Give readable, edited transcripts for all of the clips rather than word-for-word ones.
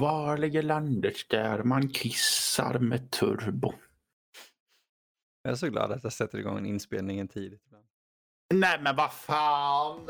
Var ligger landet där man kissar med turbo? Jag är så glad att jag sätter igång en inspelning tidigt. Nej men vad fan!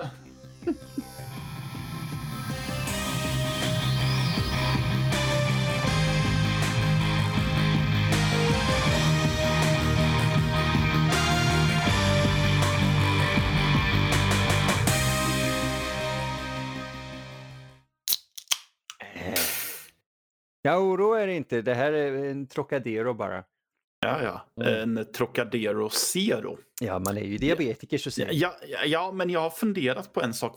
Ja, oroa er inte. Det här är en Trocadero bara. Ja. En Trocadero Zero. Ja, man är ju diabetiker så säger Ja, men jag har funderat på en sak.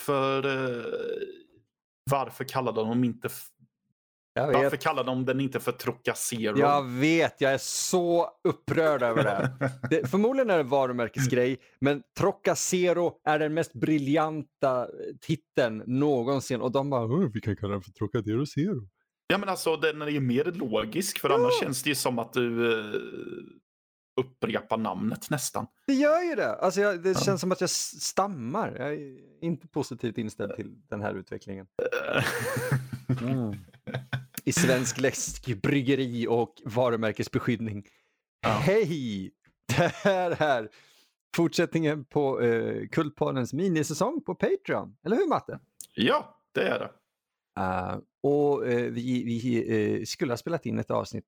Varför kallar de inte... Varför kallar de den inte för Trocacero? Jag vet, jag är så upprörd över det. Förmodligen är det varumärkesgrej, men Trocacero är den mest briljanta titeln någonsin. Och de bara, vi kan kalla den för Trocadero Zero. Ja, men alltså den är ju mer logisk, för annars känns det ju som att du upprepar namnet nästan. Det gör ju det. Alltså det känns som att jag stammar. Jag är inte positivt inställd till den här utvecklingen. I svensk läskbryggeri och varumärkesbeskyddning. Hej! Det här är fortsättningen på Kultpoddens minisäsong på Patreon. Eller hur, Matte? Ja, det är det. Och vi skulle ha spelat in ett avsnitt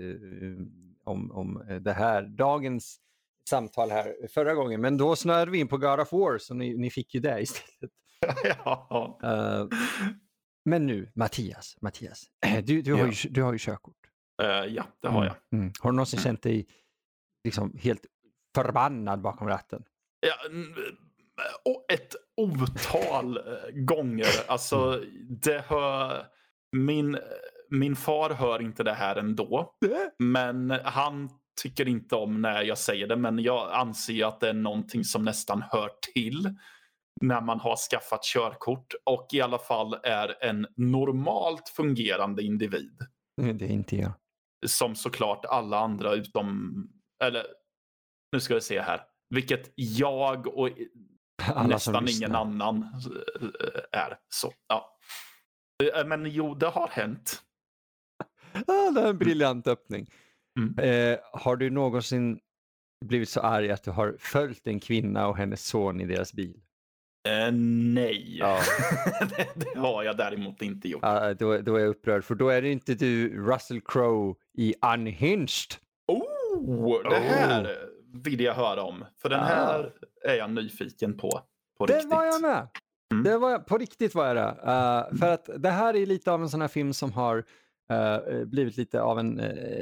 om det här, dagens samtal här förra gången. Men då snöade vi in på God of War, så ni fick ju det istället. Ja. Men nu, Mattias, du har ju körkort. Ja, det har jag. Har du någonsin känt dig liksom helt förbannad bakom ratten? Ja, och ett otal gånger. Alltså, det hör... Min far hör inte det här ändå. Men han tycker inte om när jag säger det. Men jag anser att det är någonting som nästan hör till när man har skaffat körkort. Och i alla fall är en normalt fungerande individ. Det är inte jag. Som såklart alla andra utom... Eller, nu ska vi se här. Vilket jag och nästan ingen annan är. Så, ja. Men jo, det har hänt. Det är en briljant öppning. Har du någonsin blivit så arg att du har följt en kvinna och hennes son i deras bil? Nej. Ja. Det har jag däremot inte gjort. Då är jag upprörd. För då är det inte du Russell Crowe i Unhinged. Det här vill jag höra om. För den här är jag nyfiken på riktigt. Det var jag med. På riktigt var jag det. För att det här är lite av en sån här film som har blivit lite av en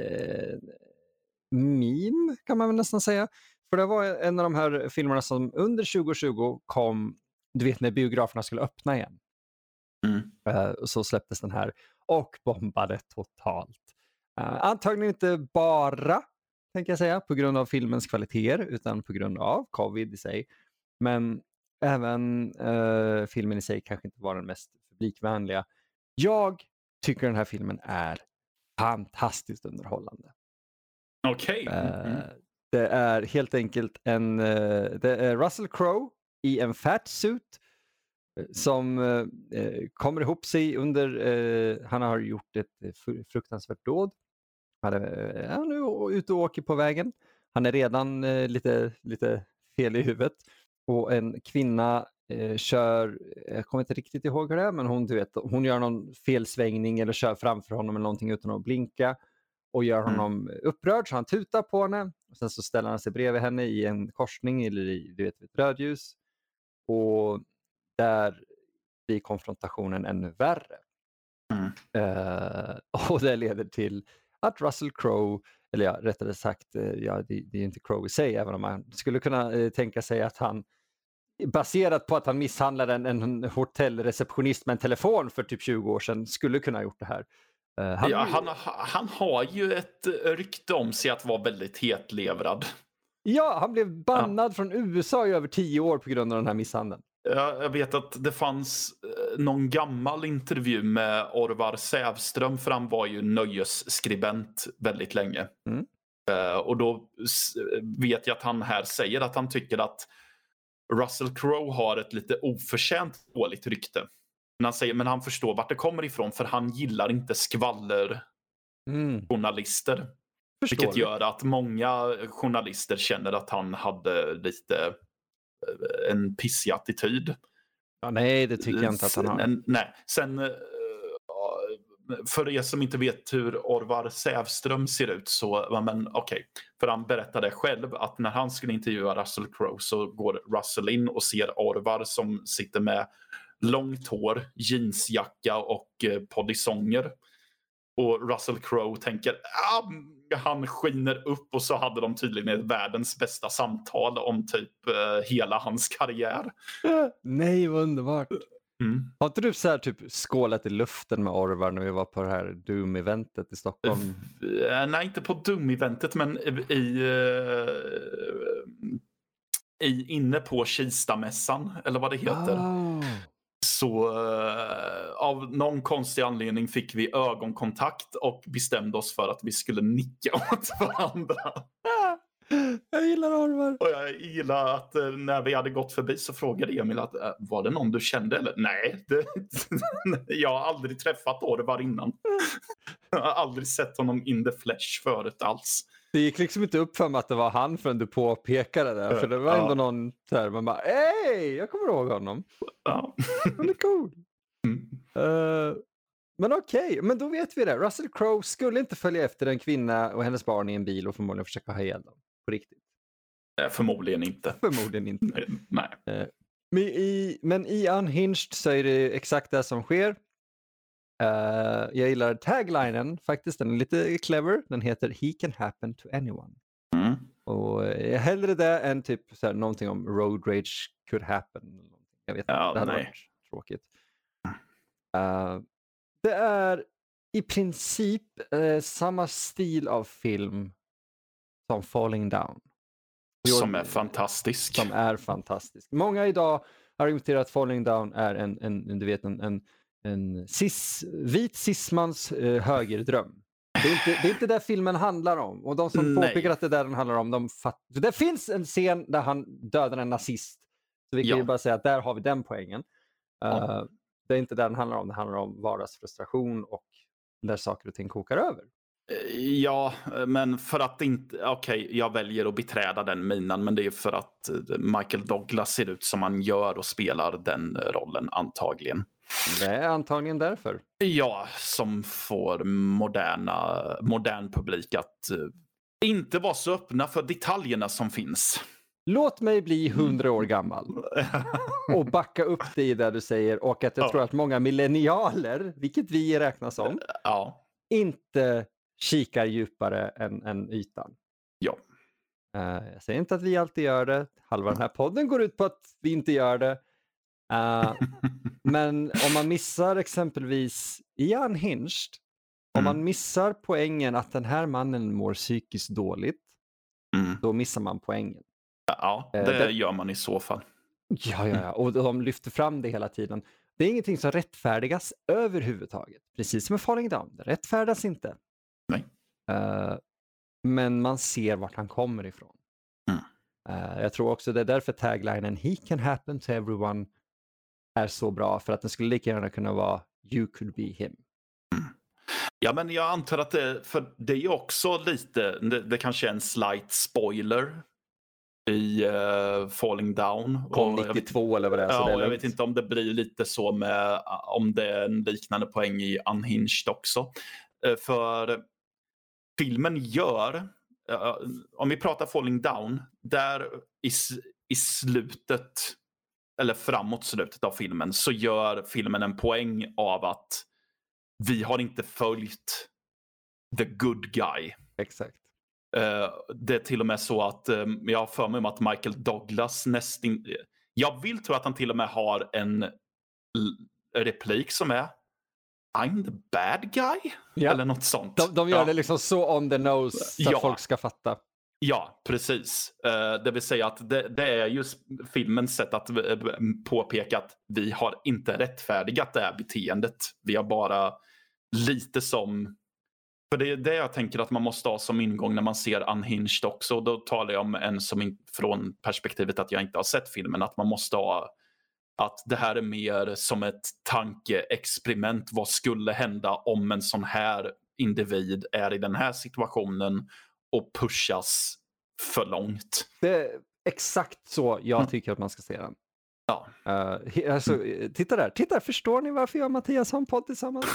meme, kan man väl nästan säga. För det var en av de här filmerna som under 2020 kom, du vet när biograferna skulle öppna igen. Så släpptes den här och bombade totalt. Antagligen inte bara, tänker jag säga, på grund av filmens kvaliteter, utan på grund av covid i sig. Men även filmen i sig kanske inte var den mest publikvänliga. Jag tycker den här filmen är fantastiskt underhållande. Okej. Det är helt enkelt det är Russell Crowe i en fat suit som kommer ihop sig under, han har gjort ett fruktansvärt dåd. Han är nu ute och åker på vägen. Han är redan lite fel i huvudet. Och en kvinna kör, jag kommer inte riktigt ihåg hur det är, men hon gör någon felsvängning eller kör framför honom eller någonting utan att blinka. Och gör honom upprörd, så han tutar på henne. Och sen så ställer han sig bredvid henne i en korsning eller i ett rödljus. Och där blir konfrontationen ännu värre. Och det leder till att Russell Crowe, eller ja, rättare sagt, det är inte Crowe i sig, även om man skulle kunna tänka sig att han, baserat på att han misshandlade en hotellreceptionist med en telefon för typ 20 år sedan, skulle kunna ha gjort det här. Han har ju ett rykte om sig att vara väldigt hetlevrad. Ja, han blev bannad från USA i över 10 år på grund av den här misshandeln. Jag vet att det fanns någon gammal intervju med Orvar Sävström, för han var ju nöjesskribent väldigt länge. Och då vet jag att han här säger att han tycker att Russell Crowe har ett lite oförtjänt dåligt rykte. Men han förstår vart det kommer ifrån, för han gillar inte skvallerjournalister. Vilket gör att många journalister känner att han hade lite en pissig attityd. Ja, nej, det tycker jag inte att han har. Nej. Sen, för er som inte vet hur Orvar Sävström ser ut, så, men okej. För han berättade själv att när han skulle intervjua Russell Crowe så går Russell in och ser Orvar som sitter med långt hår, jeansjacka och poddisonger. Och Russell Crowe tänker han skiner upp, och så hade de tydligen ett världens bästa samtal om typ hela hans karriär. Nej, vad underbart. Har inte du så här typ skålat i luften med Orvar när vi var på det här Doom-eventet i Stockholm? Nej, inte på Doom-eventet, men inne på Kistamässan, eller vad det heter. Så av någon konstig anledning fick vi ögonkontakt och bestämde oss för att vi skulle nicka åt varandra. Jag gillar Orvar. Och jag gillar att när vi hade gått förbi så frågade Emil att var det någon du kände? Eller? Nej, jag har aldrig träffat Orvar innan. Jag har aldrig sett honom in the flesh förut alls. Det gick liksom inte upp för mig att det var han förrän du påpekade det. För det var ändå någon där man bara, hej, jag kommer ihåg honom. Ja. Han är cool. Men okej, men då vet vi det. Russell Crowe skulle inte följa efter en kvinna och hennes barn i en bil och förmodligen försöka ha ihjäl dem. På riktigt. Förmodligen inte. Förmodligen inte. Nej. Men i Unhinged så är det exakt det som sker. Jag gillar taglinen faktiskt, den är lite clever. Den heter He can happen to anyone. Och hellre det än typ så här, någonting om road rage could happen. Jag vet inte, det hade varit tråkigt. Det är i princip samma stil av film som Falling Down. Som är fantastisk. Som är fantastisk. Många idag har argumenterat att Falling Down är en vit cismans högerdröm. Det är inte det filmen handlar om. Och de som påpekar att det är där den handlar om, det finns en scen där han dödar en nazist. Så vi kan ju bara säga att där har vi den poängen. Det är inte där den handlar om. Det handlar om vardagsfrustration och där saker och ting kokar över. Ja, men för att inte... Okej, jag väljer att beträda den minan, men det är för att Michael Douglas ser ut som han gör och spelar den rollen antagligen. Det är antagligen därför. Ja, som får modern publik att inte vara så öppna för detaljerna som finns. Låt mig bli 100 år gammal och backa upp det i det du säger, och att jag tror att många millennialer, vilket vi räknas som, inte kikar djupare än ytan. Ja. Jag säger inte att vi alltid gör det. Halva den här podden går ut på att vi inte gör det. Men om man missar exempelvis i Unhinged, om man missar poängen att den här mannen mår psykiskt dåligt, då missar man poängen. Ja, det gör man i så fall. Ja, och de lyfter fram det hela tiden. Det är ingenting som rättfärdigas överhuvudtaget. Precis som med Falling Down, det rättfärdas inte. Nej. Men man ser vart han kommer ifrån. Jag tror också det är därför taglinen He can happen to everyone är så bra, för att den skulle lika gärna kunna vara You could be him. Ja, men jag antar att det är ju också lite, det kanske är en slight spoiler i Falling Down. Kom 92 eller vad det är. Ja, jag vet inte om det blir lite så med, om det är en liknande poäng i Unhinged också. För filmen gör, om vi pratar Falling Down, där i slutet, eller framåt slutet av filmen, så gör filmen en poäng av att vi har inte följt the good guy. Exakt. Det är till och med så att jag har för mig om att Michael Douglas jag vill tro att han till och med har en replik som är I'm the bad guy? Ja. Eller något sånt. De gör det liksom så on the nose så att folk ska fatta. Ja, precis. Det vill säga att det är just filmens sätt att påpeka att vi har inte rättfärdigat det här beteendet. Vi har bara lite som... För det är det jag tänker att man måste ha som ingång när man ser Unhinged också. Då talar jag om en som från perspektivet att jag inte har sett filmen. Att man måste ha Att det här är mer som ett tankeexperiment. Vad skulle hända om en sån här individ är i den här situationen och pushas för långt? Det är exakt så jag tycker att man ska se den. Ja. Titta där, förstår ni varför jag och Mattias har en podd tillsammans?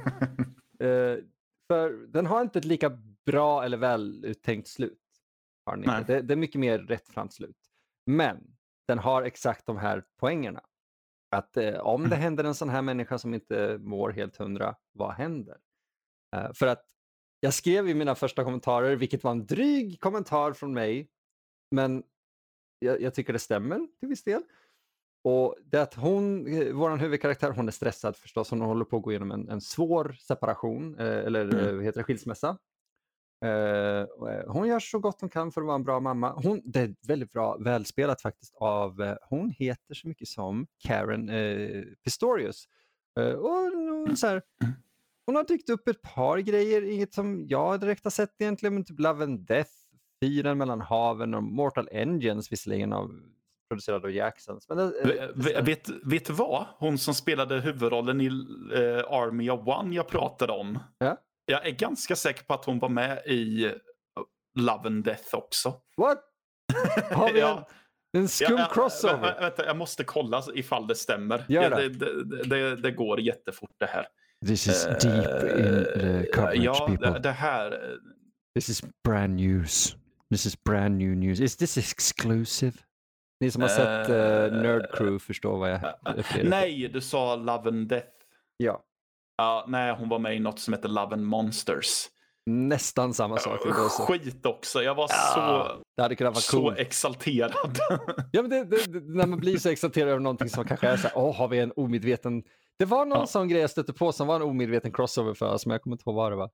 För den har inte ett lika bra eller väl uttänkt slut. Har ni inte. Det är mycket mer rättframt slut. Men den har exakt de här poängerna. Att om det händer en sån här människa som inte mår helt 100, vad händer? För att jag skrev i mina första kommentarer, vilket var en dryg kommentar från mig, men jag tycker det stämmer till viss del. Och det att vår huvudkaraktär, hon är stressad förstås, hon håller på att gå igenom en svår separation, eller heter det, skilsmässa. Hon gör så gott hon kan för att vara en bra mamma. Det är väldigt bra välspelat faktiskt av, hon heter så mycket som Karen Pistorius. Och så här, hon har dykt upp ett par grejer, inget som jag direkt har sett egentligen, men typ Love and Death, Fyren mellan haven och Mortal Engines visserligen producerad av Jacksons. Men vet du vad? Hon som spelade huvudrollen i Army of One jag pratade om. Ja? Jag är ganska säker på att hon var med i Love and Death också. What? Har vi en skum crossover? Vänta, jag måste kolla ifall det stämmer. Det går jättefort det här. This is deep in the coverage, people. Det här... This is brand news. This is brand new news. Is this exclusive? Ni som har sett Nerd Crew förstår vad jag upplevde. Nej, du sa Love and Death. Ja. Nej, hon var med i något som heter Love and Monsters. Nästan samma sak. Skit också. Jag var det hade kunnat vara så exalterad. Ja, men när man blir så exalterad över någonting som kanske är så här, har vi en omedveten... Det var någon sån grej jag stötte på som var en omedveten crossover för oss, men jag kommer inte ihåg vad det var.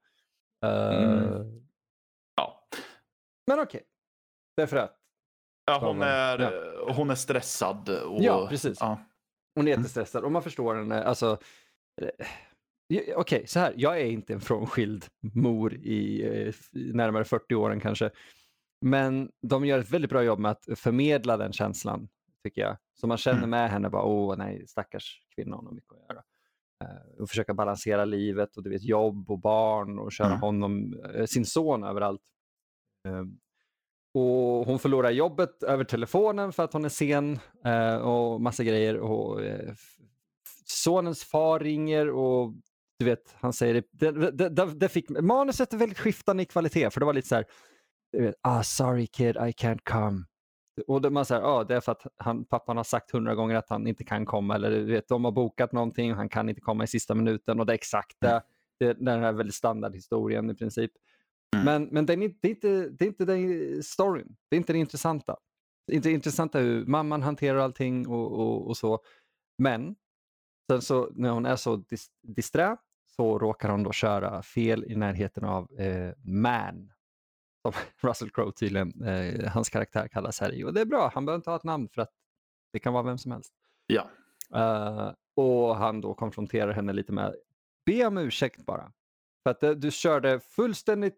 Ja. Men okej. Därför att... Ja, hon är stressad. Ja, precis. Hon är jättestressad och man förstår henne. Alltså, okej, så här. Jag är inte en frånskild mor i närmare 40 åren kanske. Men de gör ett väldigt bra jobb med att förmedla den känslan, tycker jag. Så man känner med henne bara, nej, stackars kvinna, hon har mycket att göra. Och försöka balansera livet och du vet, jobb och barn och köra sin son överallt. Och hon förlorar jobbet över telefonen för att hon är sen och massa grejer. Och sonens far ringer och du vet, han säger det fick manuset är väldigt skiftande i kvalitet, för det var lite så här, du vet, sorry kid, I can't come. Och man säger, det är för att pappan har sagt 100 gånger att han inte kan komma, eller du vet, de har bokat någonting och han kan inte komma i sista minuten, och det är exakt det är den här väldigt standardhistorien i princip. Men det är inte den storyn. Det är inte det intressanta. Det är inte intressant hur mamman hanterar allting och så. Men sen så när hon är så disträ så råkar hon då köra fel i närheten av Man. Som Russell Crowe tydligen, hans karaktär kallas här i. Och det är bra, han behöver inte ha ett namn för att det kan vara vem som helst. Ja. Och han då konfronterar henne lite med, be om ursäkt bara. För att du körde fullständigt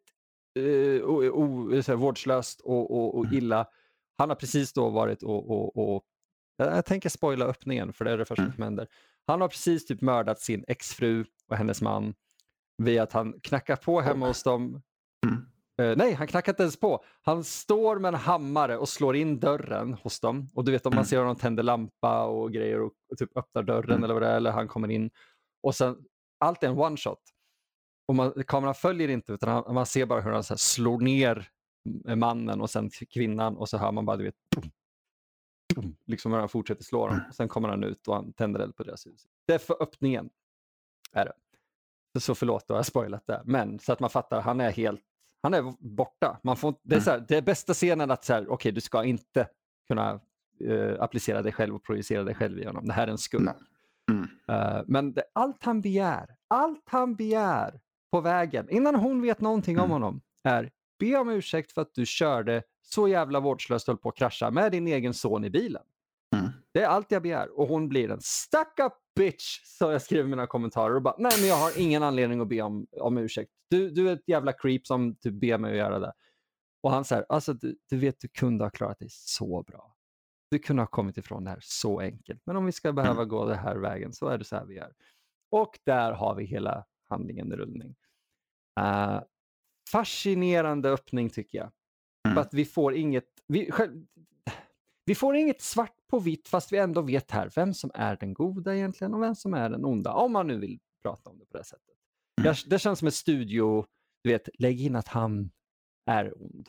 vårdslöst och illa. Han har precis då varit och jag tänker spoila öppningen, för det är det första som händer. Han har precis typ mördat sin exfru och hennes man via att han knackar på hemma hos dem. Nej, han knackar inte ens på. Han står med en hammare och slår in dörren hos dem. Och du vet, om man ser honom tänder lampa och grejer och typ öppnar dörren eller vad det är, eller han kommer in. Och sen, allt är en one shot. Och kameran följer inte, utan man ser bara hur han så här slår ner mannen och sen kvinnan, och så hör man bara, du vet, liksom hur han fortsätter slå dem. Och sen kommer han ut och han tänder eld på deras hus. Det är för öppningen. Är det. Så förlåt, då har jag spoilat det. Men så att man fattar, han är borta. Det är så här, det är bästa scenen att så här, okej, du ska inte kunna applicera dig själv och projicera dig själv i honom. Det här är en skuld. Men allt han begär på vägen, innan hon vet någonting om honom, är be om ursäkt för att du körde så jävla vårdslöst, höll på att krascha med din egen son i bilen. Det är allt jag begär. Och hon blir en stuck up bitch, så jag skriver mina kommentarer och bara, nej, men jag har ingen anledning att be om ursäkt. Du är ett jävla creep som typ ber mig att göra det. Och han säger, alltså du vet, du kunde ha klarat dig så bra. Du kunde ha kommit ifrån det här så enkelt. Men om vi ska behöva gå det här vägen så är det så här vi gör. Och där har vi hela handlingen i rullning. Fascinerande öppning tycker jag. För att vi får inget... Vi får inget svart på vitt fast vi ändå vet här vem som är den goda egentligen och vem som är den onda. Om man nu vill prata om det på det sättet. Det känns som ett studio, du vet, lägg in att han är ond.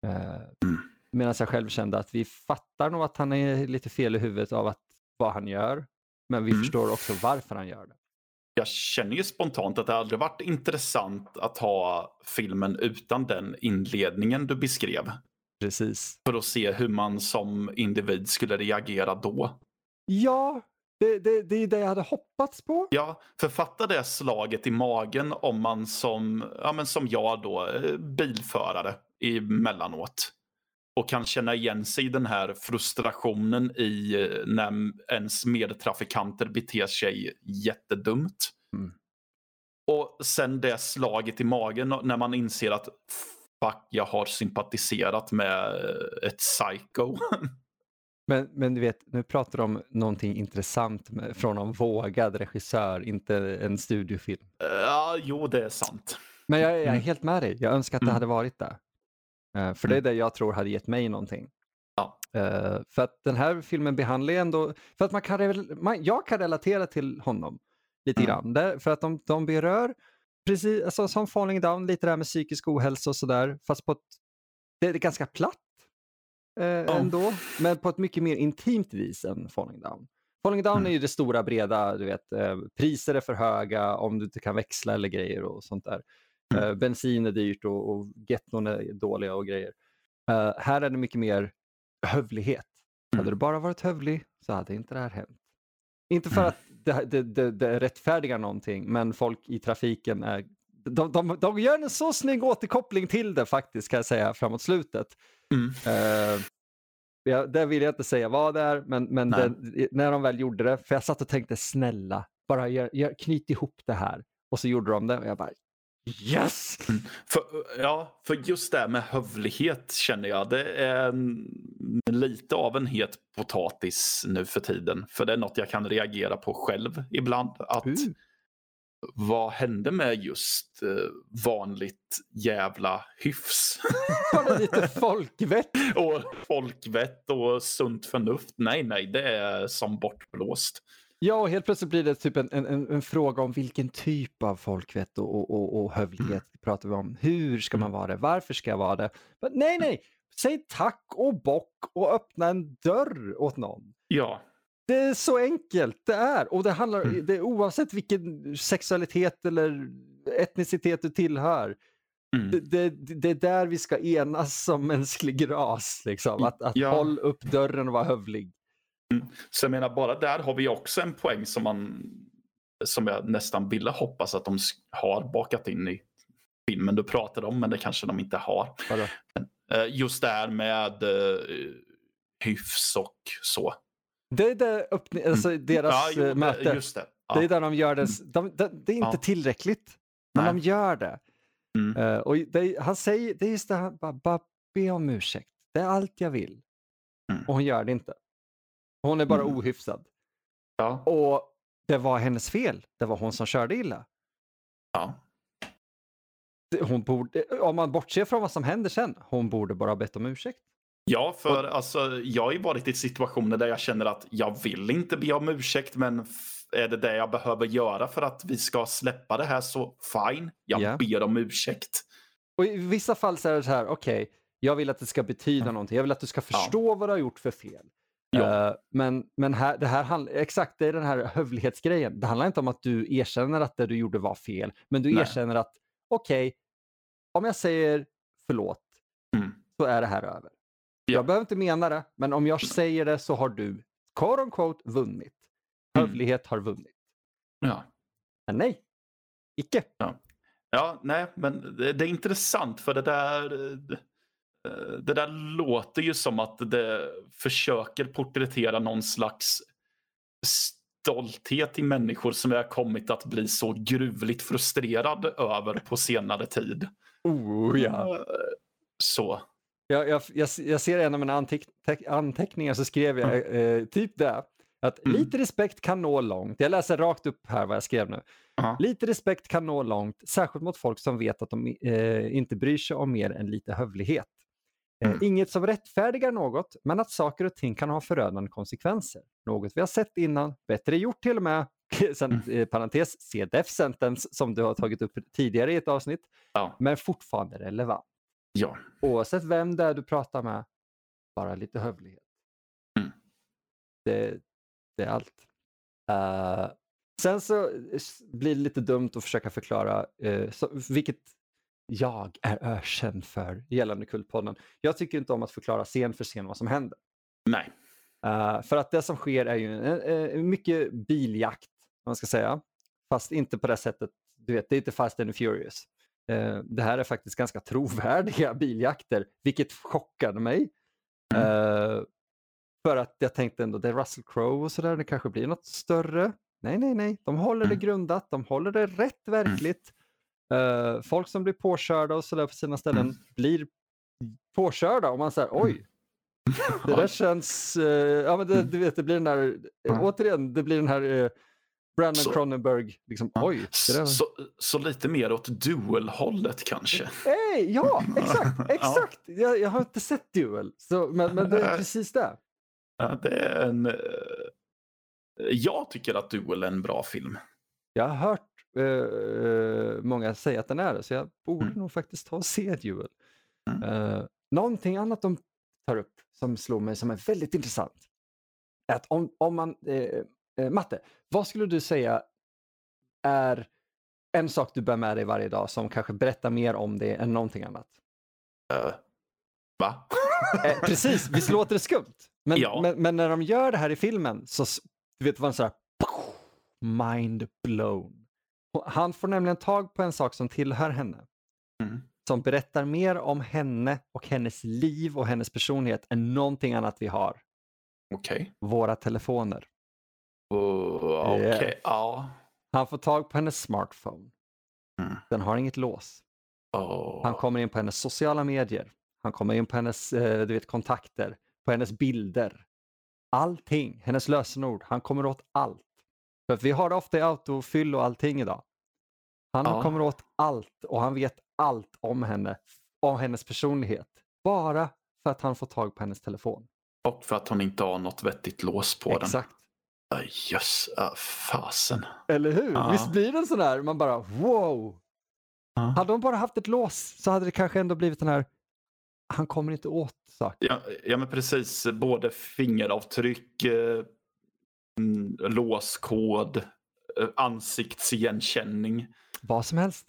Medan jag själv kände att vi fattar nog att han är lite fel i huvudet av vad han gör. Men vi förstår också varför han gör det. Jag känner ju spontant att det aldrig varit intressant att ha filmen utan den inledningen du beskrev. Precis. För att se hur man som individ skulle reagera då. Ja, det är det jag hade hoppats på. Ja, för fatta det slaget i magen om man som jag då, bilförare emellanåt. Och kan känna igen sig i den här frustrationen i när ens medtrafikanter beter sig jättedumt. Och sen det slaget i magen när man inser att fuck, jag har sympatiserat med ett psycho. Men du vet, nu pratar de om någonting intressant från en vågad regissör, inte en studiofilm. Ja, jo, det är sant. Men jag är helt med dig. Jag önskar att det hade varit det. För det är det jag tror hade gett mig någonting. Ja. För att den här filmen behandlar ändå... För att jag kan relatera till honom lite grann. För att de berör, precis alltså, som Falling Down, lite där med psykisk ohälsa och sådär. Fast det är ganska platt ändå. Men på ett mycket mer intimt vis än Falling Down. Falling Down är ju det stora breda, du vet. Priser är för höga om du inte kan växla eller grejer och sånt där. Bensin är dyrt och getton är dåliga och grejer. Här är det mycket mer hövlighet. Hade du bara varit hövlig så hade inte det här hänt. Inte för att det rättfärdigar någonting, men folk i trafiken är... De gör en så snygg återkoppling till det faktiskt, kan jag säga, framåt slutet. Det vill jag inte säga vad det är, men när de väl gjorde det, för jag satt och tänkte snälla, bara knyt ihop det här. Och så gjorde de det och jag bara yes! För just det här med hövlighet känner jag, det är lite av en het potatis nu för tiden. För det är något jag kan reagera på själv ibland. Att vad hände med just vanligt jävla hyfs? Bara lite folkvett. Och folkvett och sunt förnuft. Nej, det är som bortblåst. Ja, och helt plötsligt blir det typ en fråga om vilken typ av folkvett och hövlighet pratar vi om. Hur ska man vara det? Varför ska jag vara det? Men nej, säg tack och bock och öppna en dörr åt någon. Ja. Det är så enkelt det är. Och det handlar, det är oavsett vilken sexualitet eller etnicitet du tillhör. Det är där vi ska enas som mänsklig ras. Liksom. Att hålla upp dörren och vara hövlig. Så jag menar, bara där har vi också en poäng som jag nästan ville hoppas att de har bakat in i filmen du pratade om, men det kanske de inte har. Just det här med hyfs och så. Det är deras möte. Just det. Ja. Det är där de gör det. Det är inte tillräckligt, men de gör det. Och han säger, det är just det här, bara be om ursäkt. Det är allt jag vill. Och hon gör det inte. Hon är bara ohyfsad. Ja. Och det var hennes fel. Det var hon som körde illa. Ja. Hon borde, om man bortser från vad som händer sen, hon borde bara bett om ursäkt. Ja, för jag har ju varit i situationer där jag känner att jag vill inte be om ursäkt, men är det jag behöver göra för att vi ska släppa det här, så fine, jag ber om ursäkt. Och i vissa fall så är det så här, okej, jag vill att det ska betyda någonting. Jag vill att du ska förstå vad du har gjort för fel. Men här, det är den här hövlighetsgrejen. Det handlar inte om att du erkänner att det du gjorde var fel, men du erkänner att okej, om jag säger förlåt så är det här över. Jag behöver inte mena det, men om jag säger det så har du quote on quote vunnit. Hövlighet har vunnit. Ja. Men nej, icke. Ja, nej, men det är intressant, för det där låter ju som att det försöker porträttera någon slags stolthet i människor som jag har kommit att bli så gruvligt frustrerad över på senare tid. Ja. Så. Jag ser en av mina anteckningar så skrev jag typ det. Att lite respekt kan nå långt. Jag läser rakt upp här vad jag skrev nu. Lite respekt kan nå långt, särskilt mot folk som vet att de inte bryr sig om mer än lite hövlighet. Inget som rättfärdigar något, men att saker och ting kan ha förödande konsekvenser. Något vi har sett innan, bättre gjort till och med. Sen, parentes, se Death Sentence som du har tagit upp tidigare i ett avsnitt. Ja. Men fortfarande relevant. Ja. Oavsett vem det är du pratar med, bara lite hövlighet. Det är allt. Sen så blir det lite dumt att försöka förklara vilket jag är ökänd för gällande Kultpodden. Jag tycker inte om att förklara scen för scen vad som händer. Nej. För att det som sker är ju mycket biljakt, man ska säga. Fast inte på det sättet, du vet, det är inte Fast and Furious. Det här är faktiskt ganska trovärdiga biljakter, vilket chockade mig. För att jag tänkte ändå, det är Russell Crowe och sådär, det kanske blir något större. Nej. De håller det grundat, de håller det rätt verkligt. Folk som blir påkörda och sådär på sina ställen blir påkörda och man säger, oj. Det där känns, ja men du vet, det blir den där, återigen, det blir den här Brandon Cronenberg, liksom, oj. Det där... så lite mer åt Duel-hållet kanske. Ja, exakt. Jag har inte sett Duel, men det är precis det. Ja, det är jag tycker att Duel är en bra film. Jag har hört många säga att den är det, så jag borde nog faktiskt ta och se Duel. Någonting annat de tar upp som slår mig som är väldigt intressant är att om man Matte, vad skulle du säga är en sak du bär med dig varje dag som kanske berättar mer om det än någonting annat? Va? Precis, visst låter det skumt. Men när de gör det här i filmen så du vet vad så här mind blown. Han får nämligen tag på en sak som tillhör henne. Som berättar mer om henne och hennes liv och hennes personlighet än någonting annat vi har. Okej. Våra telefoner. Okej, ja. Han får tag på hennes smartphone. Den har inget lås. Han kommer in på hennes sociala medier. Han kommer in på hennes kontakter. På hennes bilder. Allting. Hennes lösenord. Han kommer åt allt. För att vi har det ofta i autofyll och allting idag. Han kommer åt allt och han vet allt om henne. Om hennes personlighet. Bara för att han får tag på hennes telefon. Och för att hon inte har något vettigt lås på den. Exakt. Just fasen. Eller hur? Visst blir det sån här, man bara wow. Hade de bara haft ett lås så hade det kanske ändå blivit den här, han kommer inte åt saker. Ja men precis, både fingeravtryck, låskod, ansiktsigenkänning. Vad som helst.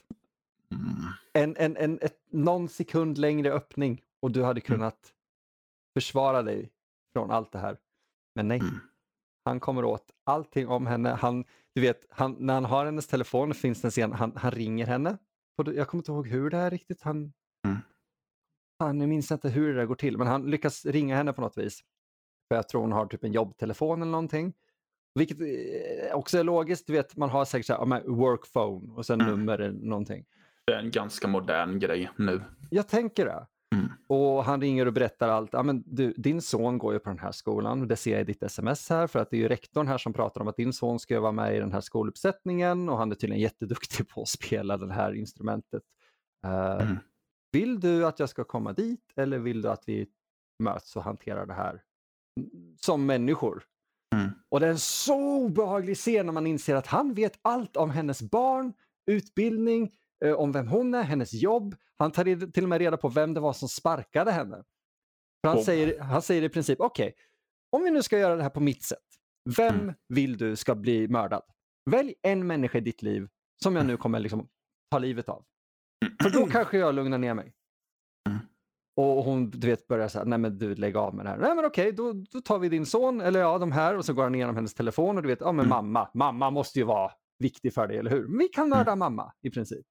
Någon sekund längre öppning och du hade kunnat försvara dig från allt det här. Men nej. Han kommer åt allting om henne. När han har hennes telefon finns det en scen, han ringer henne. Jag kommer inte ihåg hur det är riktigt. Jag minns inte hur det där går till. Men han lyckas ringa henne på något vis. För jag tror hon har typ en jobbtelefon eller någonting. Vilket också är logiskt. Du vet, man har säkert så här, work phone och sen nummer eller någonting. Det är en ganska modern grej nu. Jag tänker det. Och han ringer och berättar allt. Ja, men din son går ju på den här skolan. Det ser jag i ditt sms här. För att det är ju rektorn här som pratar om att din son ska vara med i den här skoluppsättningen. Och han är tydligen jätteduktig på att spela det här instrumentet. Vill du att jag ska komma dit? Eller vill du att vi möts och hanterar det här som människor? Och det är en så obehaglig scen när man inser att han vet allt om hennes barn, utbildning, om vem hon är, hennes jobb. Han tar till och med reda på vem det var som sparkade henne. För han säger i princip, okej, om vi nu ska göra det här på mitt sätt. Vem vill du ska bli mördad? Välj en människa i ditt liv som jag nu kommer liksom ta livet av. För då kanske jag lugnar ner mig. Och hon, du vet, börjar säga, nej men du lägger av med det här. Nej men okej, då tar vi din son, eller ja, de här. Och så går han igenom hennes telefon och du vet, ja men mamma måste ju vara viktig för dig, eller hur? Vi kan mörda mamma, i princip.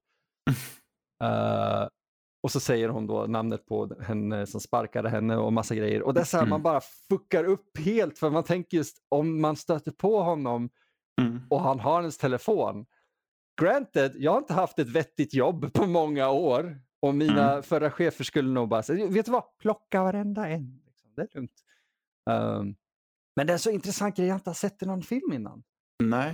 Och så säger hon då namnet på henne som sparkade henne och massa grejer. Och det är så här, man bara fuckar upp helt. För man tänker just, om man stöter på honom och han har hennes telefon. Granted, jag har inte haft ett vettigt jobb på många år. Och mina förra chefer skulle nog bara säga, vet du vad? Plocka varenda en. Liksom. Det är lugnt. Men det är så intressant grej, jag inte har sett i någon film innan. Nej.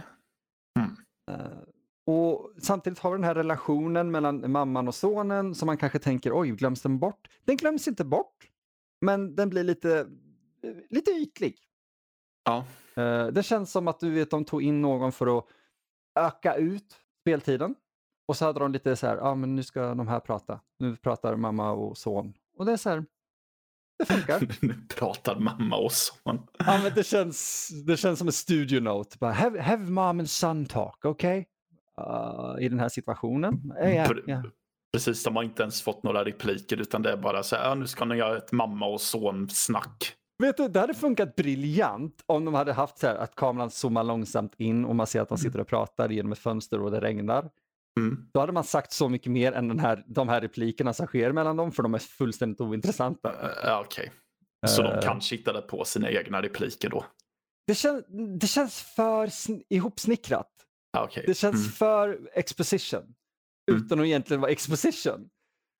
Och samtidigt har vi den här relationen mellan mamman och sonen som man kanske tänker, oj, glöms den bort? Den glöms inte bort, men den blir lite ytlig. Ja. Det känns som att de tog in någon för att öka ut speltiden. Och så hade de lite så här, men nu ska de här prata. Nu pratar mamma och son. Och det är så här, det funkar. Nu pratar mamma och son. Ja, men det känns som en studio note. Bara, have mom and son talk, okay? I den här situationen. Yeah. Precis, de har inte ens fått några repliker utan det är bara så här, nu ska ni göra ett mamma och son snack. Vet du, det hade funkat briljant om de hade haft så här att kameran zoomar långsamt in och man ser att de sitter och pratar genom ett fönster och det regnar. Då hade man sagt så mycket mer än de här replikerna som sker mellan dem, för de är fullständigt ointressanta. Okej. Så de kanske hittade på sina egna repliker då? Det känns för ihopsnickrat. Okay. Det känns för exposition. Utan att egentligen vara exposition.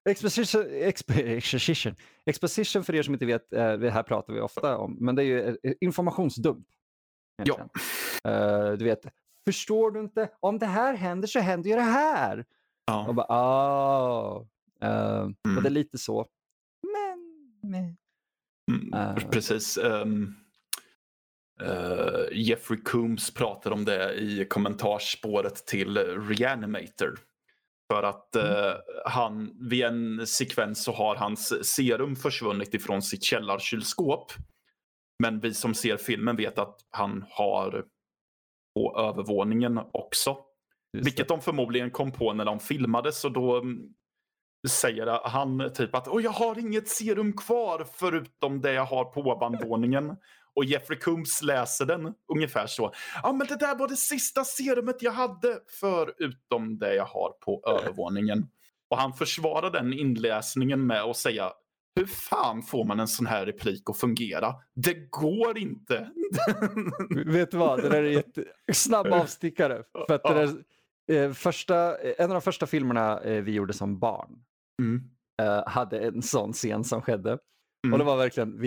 Exposition för er som inte vet, det här pratar vi ofta om. Men det är ju informationsdump. Ja. Du vet, förstår du inte? Om det här händer så händer ju det här. Ja. Och bara, och det är lite så. Men. Precis. Jeffrey Combs pratar om det i kommentarspåret till Reanimator. För att vid en sekvens så har hans serum försvunnit ifrån sitt källarkylskåp. Men vi som ser filmen vet att han har på övervåningen också. Vilket de förmodligen kom på när de filmade, så då säger han typ att jag har inget serum kvar förutom det jag har på ovanvåningen. Och Jeffrey Combs läser den ungefär så. Men det där var det sista serumet jag hade förutom det jag har på övervåningen. Och han försvarar den inläsningen med att säga, hur fan får man en sån här replik att fungera? Det går inte. Vet du vad? Det där är snabb avstickare. För att det där, en av de första filmerna vi gjorde som barn hade en sån scen som skedde. Och det var verkligen,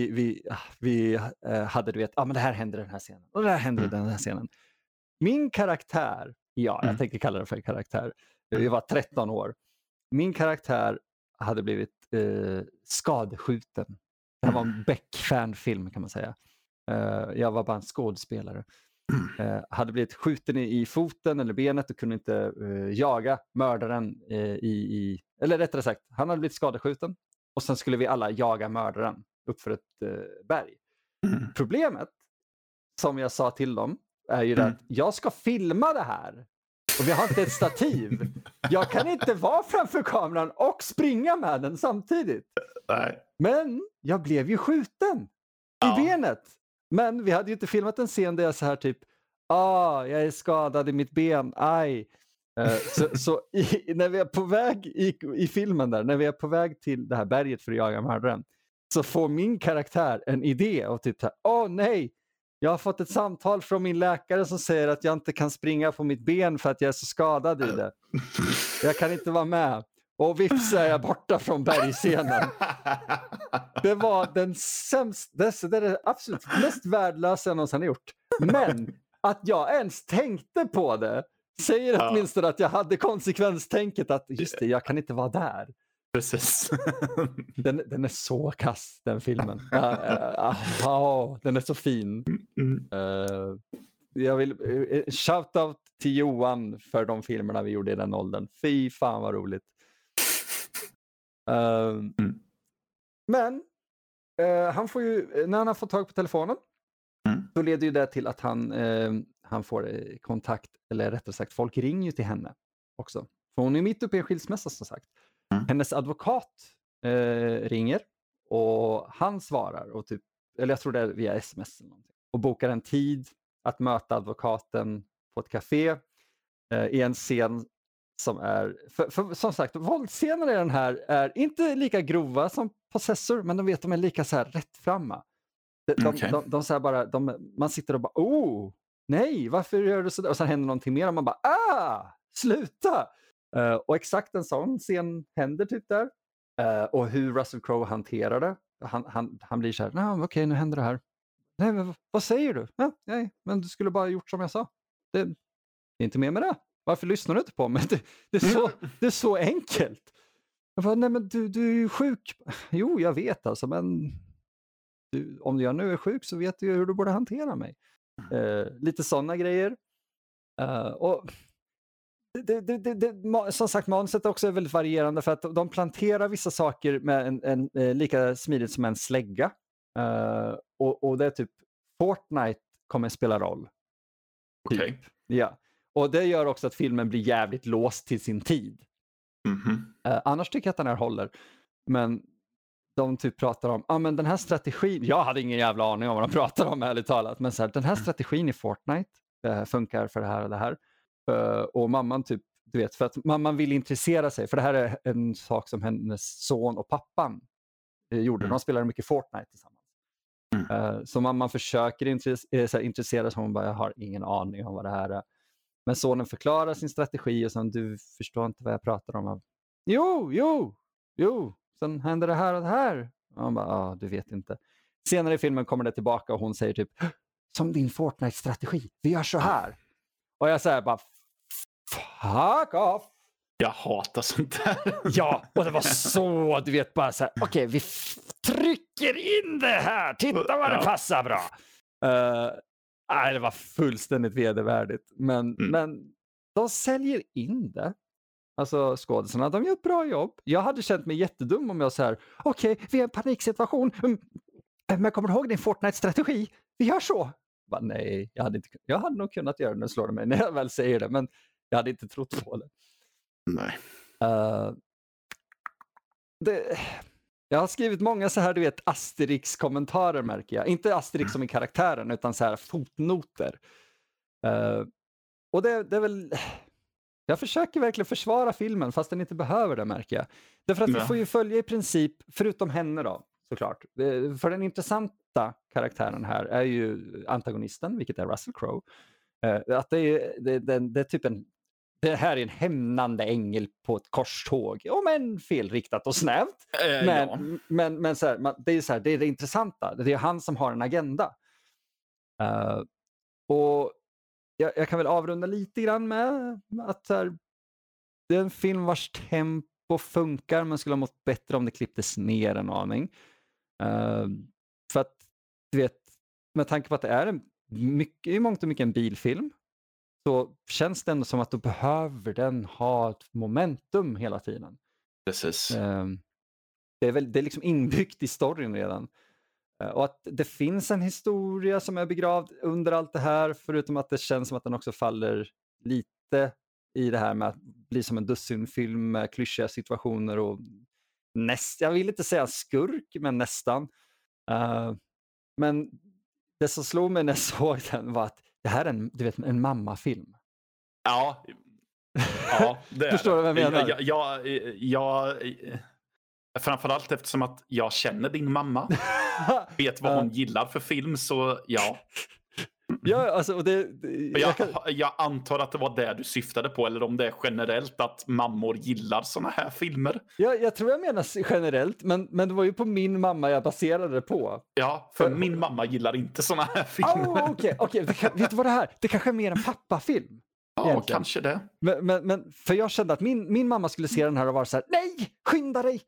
vi hade, du vet, men det här händer i den här scenen. Och det här händer i den här scenen. Min karaktär, jag tänker kalla det för karaktär. Jag var 13 år. Min karaktär hade blivit skadskjuten. Det här var en Beck-fanfilm kan man säga. Jag var bara en skådespelare. Hade blivit skjuten i foten eller benet och kunde inte jaga mördaren eller rättare sagt, han hade blivit skadeskjuten. Och sen skulle vi alla jaga mördaren upp för ett berg. Problemet, som jag sa till dem, är ju att jag ska filma det här. Och vi har inte ett stativ. Jag kan inte vara framför kameran och springa med den samtidigt. Nej. Men jag blev ju skjuten i benet. Men vi hade ju inte filmat en scen där jag så här typ, jag är skadad i mitt ben, aj. Så när vi är på väg i filmen där, när vi är på väg till det här berget för att jaga mördaren, så får min karaktär en idé och typ nej, jag har fått ett samtal från min läkare som säger att jag inte kan springa på mitt ben för att jag är så skadad i det. Jag kan inte vara med. Och vips är jag borta från bergscenen. Det var den sämsta, det är det absolut mest värdelösa jag någonsin har gjort. Men att jag ens tänkte på det säger åtminstone att jag hade konsekvenstänket att just det, jag kan inte vara där. Precis. Den är så kass, den filmen. Den är så fin. Jag vill shout-out till Johan för de filmerna vi gjorde i den åldern. Fy fan vad roligt. Men han får ju, när han har fått tag på telefonen, då leder ju det till att han får kontakt, eller rättare sagt folk ringer ju till henne också. För hon är mitt uppe i en skilsmässa som sagt. Hennes advokat ringer och han svarar och typ, eller jag tror det är via sms eller någonting, och bokar en tid att möta advokaten på ett café i en scen som är, för som sagt, våldsscener i den här är inte lika grova som Possessor, men de är lika så här rättframma. De så här bara, man sitter och bara, nej, varför gör du så där? Och sen händer någonting mer och man bara, sluta! Och exakt en sån scen händer typ där. Och hur Russell Crowe hanterar det. Han blir så här, nej, okej, nu händer det här. Nej, men vad säger du? Nej, men du skulle bara ha gjort som jag sa. Det är inte mer med det. Varför lyssnar du inte på mig? Det är så enkelt. Jag bara, nej men du är ju sjuk. Jo, jag vet alltså, men om jag nu är sjuk så vet du ju hur du borde hantera mig. Lite sådana grejer. Och som sagt, manuset också är väldigt varierande för att de planterar vissa saker med en lika smidigt som en slägga. Och det är typ Fortnite kommer spela roll. Typ. Okej. Ja. Och det gör också att filmen blir jävligt låst till sin tid. Annars tycker jag att den här håller. Men de typ pratar om, men den här strategin, jag hade ingen jävla aning om vad de pratar om ärligt talat, men så här, den här strategin i Fortnite funkar för det här och det här. Och mamman typ, du vet, för att mamman vill intressera sig, för det här är en sak som hennes son och pappan gjorde. De spelade mycket Fortnite tillsammans. Så mamman försöker intressera sig, hon bara, jag har ingen aning om vad det här är. Men sonen förklarar sin strategi och sen, du förstår inte vad jag pratar om. Jo, sen händer det här och det här. Och han bara, du vet inte. Senare i filmen kommer det tillbaka och hon säger typ, som din Fortnite-strategi, vi gör så här. Och jag säger bara, fuck off. Jag hatar sånt där. Ja, och det var så, du vet, bara så här, okej, vi trycker in det här. Titta vad det passar bra. Nej, det var fullständigt vedervärdigt. Men de säljer in det. Alltså skådespelarna, de gör ett bra jobb. Jag hade känt mig jättedum om jag så här, okej, vi är i en paniksituation. Men kommer du ihåg din Fortnite-strategi? Vi gör så. Bara, nej, jag hade nog kunnat göra det, nu slår det mig när jag väl säger det. Men jag hade inte trott på det. Nej. Jag har skrivit många så här, du vet, Asterix-kommentarer märker jag. Inte Asterix som i karaktären, utan så här fotnoter. Och det är väl... Jag försöker verkligen försvara filmen fast den inte behöver det, märker jag. Därför att vi får ju följa i princip, förutom henne då, såklart. För den intressanta karaktären här är ju antagonisten, vilket är Russell Crowe. Att det är typ det här är en hämnande ängel på ett korståg. Men felriktat och snävt. Men så här, det är så här, det är det intressanta. Det är han som har en agenda. Och jag kan väl avrunda lite grann med att här, det är en film vars tempo funkar, men skulle ha mått bättre om det klipptes ner en aning. För att, du vet, med tanke på att det är i mångt och mycket en bilfilm, så känns det ändå som att då behöver den ha ett momentum hela tiden. Precis. Det är liksom inbyggt i storyn redan. Och att det finns en historia som är begravd under allt det här, förutom att det känns som att den också faller lite i det här med att bli som en dussinfilm med klyschiga situationer och jag vill inte säga skurk, men nästan. Men det som slog mig när jag såg den var att det här är en mammafilm. Ja, det är Förstår du vad jag menar? Jag framförallt eftersom att jag känner din mamma, vet vad hon gillar för film, så ja. Ja, alltså, och jag antar att det var det du syftade på, eller om det är generellt att mammor gillar såna här filmer. Ja, jag tror jag menar generellt, men det var ju på min mamma jag baserade det på. Ja, för min mamma gillar inte såna här filmer. Okej. Vet du vad det här? Det kanske är mer en pappafilm. Ja, egentligen. Kanske det. Men för jag kände att min mamma skulle se den här och vara så här, nej, skynda dig,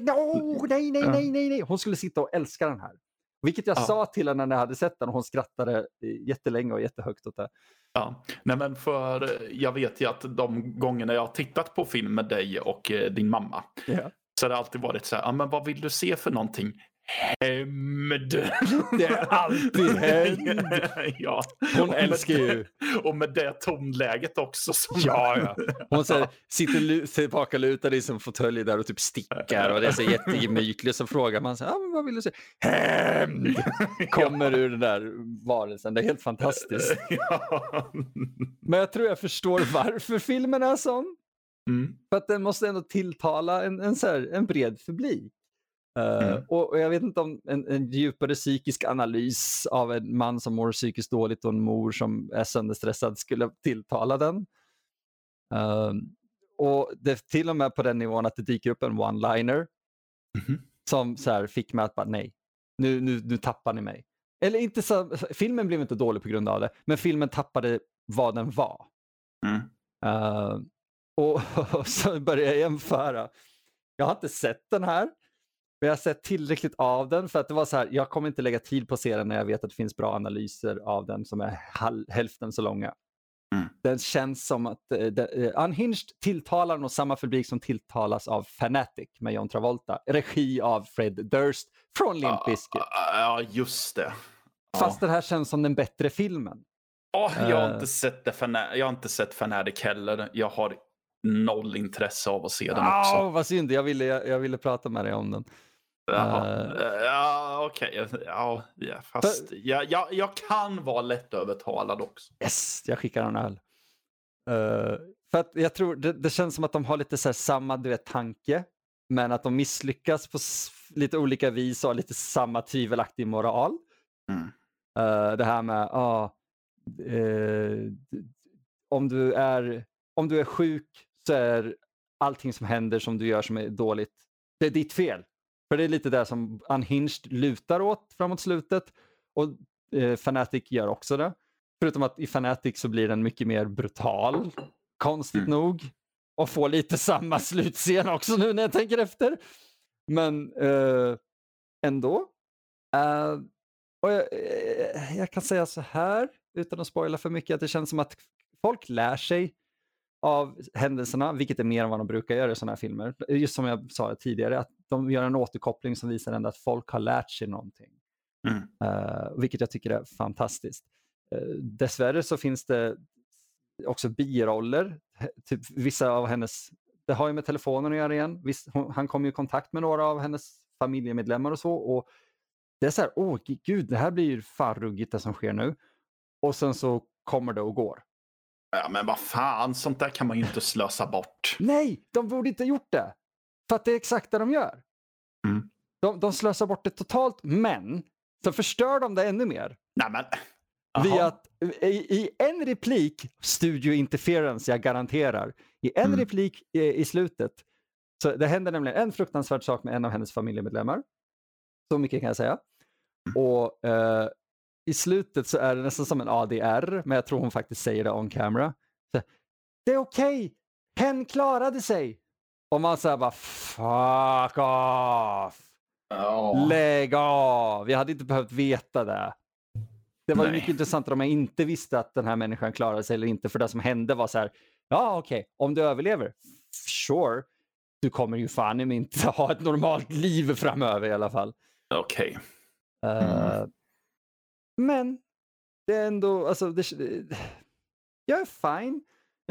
nej. Hon skulle sitta och älska den här. Vilket jag sa till henne när jag hade sett den, och hon skrattade jättelänge och jättehögt åt det. Ja, nej men för jag vet ju att de gångerna jag har tittat på film med dig och din mamma, så har det alltid varit så här, men vad vill du se för någonting? Hämnd. Det är alltid hämnd. Ja. Hon älskar ju. Och med det tonläget också. Ja. Hon sitter tillbaka lutad i sin fåtölj där och typ stickar. Och det är så jättemytligt. Så frågar man så här, men vad vill du se? Hämnd! Kommer ur den där varelsen. Det är helt fantastiskt. Ja. Men jag tror jag förstår varför filmen är sån. För att den måste ändå tilltala en bred publik. Och jag vet inte om en djupare psykisk analys av en man som mår psykiskt dåligt och en mor som är sönderstressad skulle tilltala den. Och det är till och med på den nivån att det dyker upp en one-liner som så här fick mig att bara nej, nu tappar ni mig. Eller inte så, filmen blev inte dålig på grund av det, men filmen tappade vad den var. Och så började jag jämföra. Jag har inte sett den här, men jag har sett tillräckligt av den för att det var så här, jag kommer inte lägga tid på att se den när jag vet att det finns bra analyser av den som är hälften så långa. Den känns som att Unhinged tilltalar nog samma publik som tilltalas av Fanatic med John Travolta. Regi av Fred Durst från Limp Bizkit. Ja, just det. Fast det här känns som den bättre filmen. Jag har inte sett Fanatic heller. Jag har noll intresse av att se den också. Vad synd, jag ville prata med dig om den. Okej. Fast jag kan vara lätt övertalad också. Yes, jag skickar en öl. För att jag tror det känns som att de har lite så här samma tanke, men att de misslyckas på lite olika vis och har lite samma tvivelaktig moral. Det här med om du är sjuk så är allting som händer som du gör som är dåligt, det är ditt fel. För det är lite där som Unhinged lutar åt framåt slutet. Och Fanatic gör också det. Förutom att i Fanatic så blir den mycket mer brutal. Konstigt nog. Och får lite samma slutscen också nu när jag tänker efter. Men ändå. Och jag kan säga så här, utan att spoila för mycket, att det känns som att folk lär sig av händelserna, vilket är mer än vad de brukar göra i sådana här filmer. Just som jag sa tidigare, att de gör en återkoppling som visar ändå att folk har lärt sig någonting. Vilket jag tycker är fantastiskt. Dessvärre så finns det också biroller. Typ vissa av hennes, det har ju med telefonen att göra igen. Han kom ju i kontakt med några av hennes familjemedlemmar och så. Och det är så här, gud, det här blir ju fan ruggigt det som sker nu. Och sen så kommer det och går. Ja, men vad fan, sånt där kan man ju inte slösa bort. Nej, de borde inte gjort det. För att det är exakt det de gör. De slösar bort det totalt, men så förstör de det ännu mer. Nej, men... Via att i en replik, studio interference, jag garanterar. I en replik i slutet, så det händer nämligen en fruktansvärd sak med en av hennes familjemedlemmar. Så mycket kan jag säga. Och i slutet så är det nästan som en ADR, men jag tror hon faktiskt säger det on camera. Så, det är okej. Hen klarade sig. Och man säger bara, fuck off. Lägg av. Vi hade inte behövt veta det. Det var mycket intressant om jag inte visste att den här människan klarade sig eller inte. För det som hände var så här, okej. Om du överlever, sure. Du kommer ju fan inte ha ett normalt liv framöver i alla fall. Okej. Men det är ändå, alltså, jag är fine.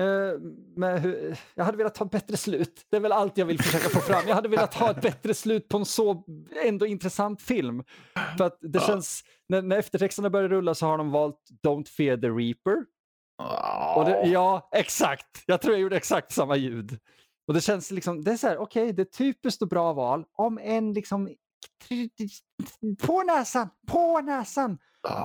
Jag hade velat ha ett bättre slut. Det är väl allt jag vill försöka få fram. Jag hade velat ha ett bättre slut på en så ändå intressant film. För att det känns, när eftertexterna börjar rulla så har de valt Don't Fear the Reaper. Och exakt. Jag tror jag gjorde exakt samma ljud. Och det känns liksom, det är så här, okej, det är typiskt och bra val. Om en liksom på näsan.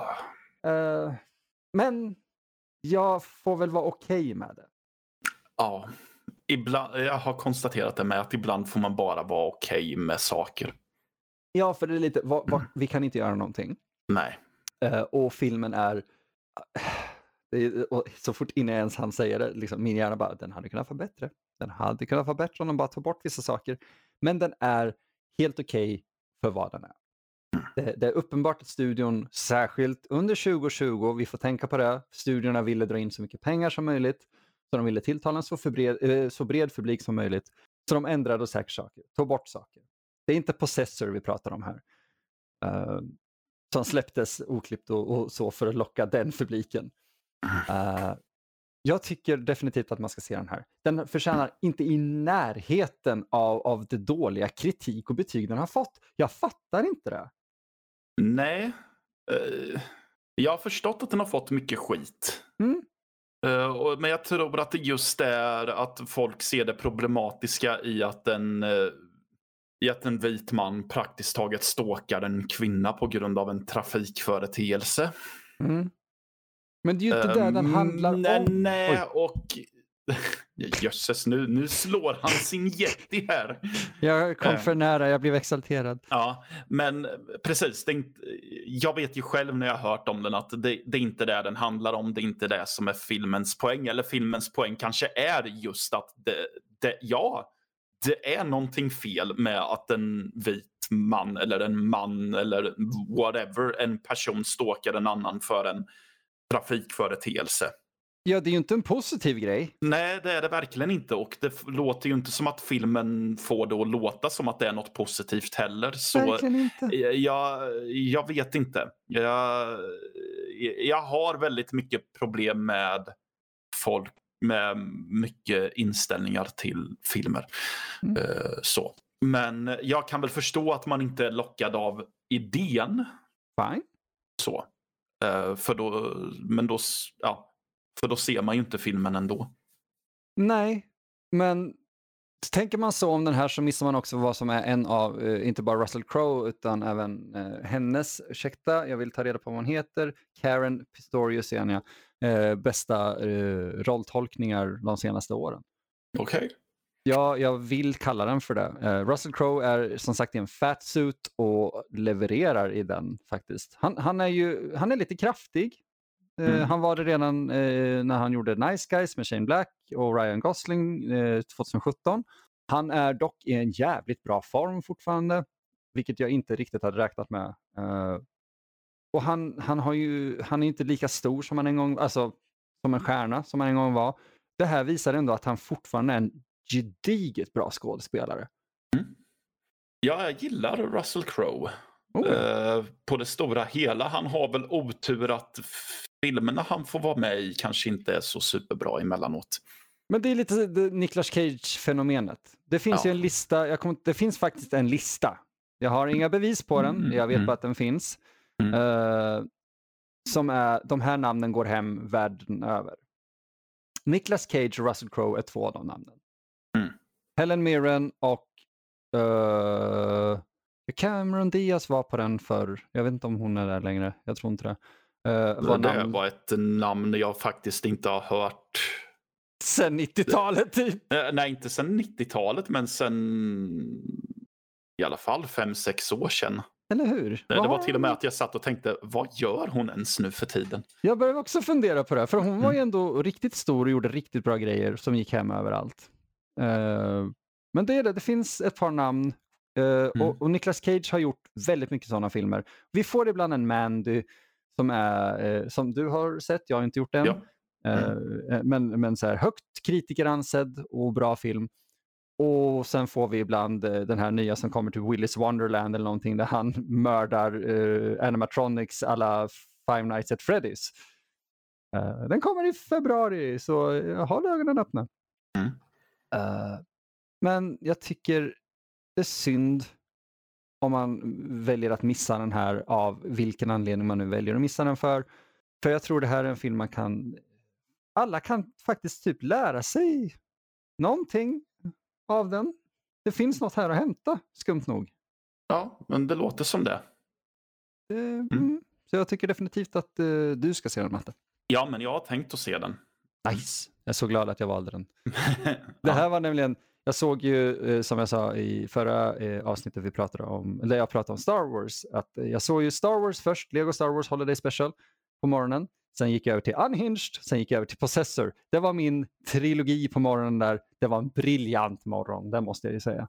Men jag får väl vara okej med det. Ja, ibland, jag har konstaterat det med att ibland får man bara vara okej med saker. Ja, för det är lite, vi kan inte göra någonting. Nej. Och filmen är och så fort innan ens han säger det, liksom, min hjärna bara, den hade kunnat vara bättre. Den hade kunnat vara bättre om de bara tog bort vissa saker. Men den är helt okej för vad den är. Det är uppenbart att studion, särskilt under 2020, vi får tänka på det, studiorna ville dra in så mycket pengar som möjligt, så de ville tilltala en så bred publik som möjligt, så de ändrade säkert saker, tog bort saker. Det är inte Possessor vi pratar om här, som släpptes oklippt och så för att locka den publiken. Jag tycker definitivt att man ska se den här. Den förtjänar inte i närheten av det dåliga kritik och betyg den har fått. Jag fattar inte det. Nej. Jag har förstått att den har fått mycket skit. Men jag tror att det just är att folk ser det problematiska i att en vit man praktiskt taget stalkar en kvinna på grund av en trafikföreteelse. Men det är ju inte det den handlar om. Nej, och Jösses, nu slår han sin jätti här. Jag kom för nära, jag blev exalterad. Ja, men precis. Jag vet ju själv när jag har hört om den att det är inte det den handlar om. Det är inte det som är filmens poäng. Eller filmens poäng kanske är just att det är någonting fel med att en vit man eller whatever, en person stalkar en annan för en trafikföreteelse. Ja, det är ju inte en positiv grej. Nej, det är det verkligen inte. Och det låter ju inte som att filmen får det att låta som att det är något positivt heller. Så Verkligen inte. jag vet inte. Jag har väldigt mycket problem med folk med mycket inställningar till filmer. Så. Men jag kan väl förstå att man inte är lockad av idén. Fine. Så. För då ser man ju inte filmen ändå. Nej, men tänker man så om den här så missar man också vad som är en av, inte bara Russell Crowe utan även hennes, jag vill ta reda på vad hon heter, Karen Pistorius är bästa rolltolkningar de senaste åren. Okej. Ja, jag vill kalla den för det. Russell Crowe är som sagt i en fat suit och levererar i den faktiskt. Han är lite kraftig. Han var det redan när han gjorde Nice Guys med Shane Black och Ryan Gosling 2017. Han är dock i en jävligt bra form fortfarande, vilket jag inte riktigt hade räknat med. Och han är inte lika stor som han en gång, alltså som en stjärna som han en gång var. Det här visar ändå att han fortfarande är en gediget bra skådespelare. Ja, jag gillar Russell Crowe. På det stora hela. Han har väl otur att filmerna han får vara med i kanske inte är så superbra emellanåt. Men det är lite Nicolas Cage-fenomenet. Det finns ju en lista, det finns faktiskt en lista. Jag har inga bevis på den, jag vet bara att den finns. Som är, de här namnen går hem världen över. Nicolas Cage och Russell Crowe är 2 av de namnen. Helen Mirren och Cameron Diaz var på den förr. Jag vet inte om hon är där längre. Jag tror inte det. Det var ett namn jag faktiskt inte har hört. Sen 90-talet typ? Nej, inte sen 90-talet, men sen i alla fall 5-6 år sedan. Eller hur? Det var till och med att jag satt och tänkte, vad gör hon ens nu för tiden? Jag började också fundera på det, för hon var ju ändå riktigt stor och gjorde riktigt bra grejer som gick hem överallt. Men det finns ett par namn. Och Nicolas Cage har gjort väldigt mycket sådana filmer. Vi får ibland en Mandy som är som du har sett, jag har inte gjort den. Ja. Men så här högt kritikeransedd och bra film. Och sen får vi ibland den här nya som kommer till Willy's Wonderland eller någonting där han mördar animatronics alla Five Nights at Freddy's. Den kommer i februari, så håll ögonen öppna. Men jag tycker det är synd om man väljer att missa den här av vilken anledning man nu väljer att missa den för. För jag tror det här är en film alla kan faktiskt typ lära sig någonting av den. Det finns något här att hämta, skumt nog. Ja, men det låter som det. Så jag tycker definitivt att du ska se den, Matte. Ja, men jag har tänkt att se den. Nice. Jag är så glad att jag valde den. Det här var nämligen, jag såg ju som jag sa i förra avsnittet jag pratade om Star Wars, att jag såg ju Star Wars först, Lego Star Wars Holiday Special på morgonen. Sen gick jag över till Unhinged, sen gick jag över till Possessor. Det var min trilogi på morgonen där. Det var en briljant morgon, det måste jag ju säga.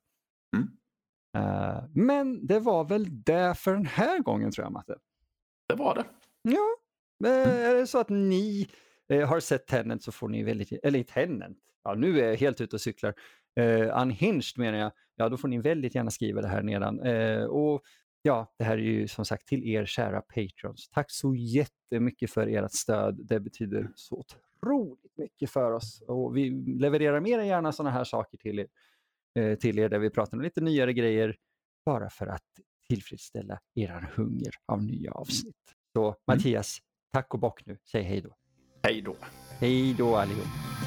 Men det var väl det för den här gången, tror jag, Matte. Det var det. Ja, är det så att ni har sett Tenet så får ni eller Tenet, ja nu är jag helt ute och cyklar. Unhinged menar jag, ja då får ni väldigt gärna skriva det här nedan. Och ja, det här är ju som sagt till er kära patrons. Tack så jättemycket för ert stöd. Det betyder så otroligt mycket för oss. Och vi levererar mer än gärna sådana här saker till er där vi pratar om lite nyare grejer. Bara för att tillfredsställa er hunger av nya avsnitt. Så Mattias, tack och bock nu. Säg hej då. Hej då. Hej då allihop.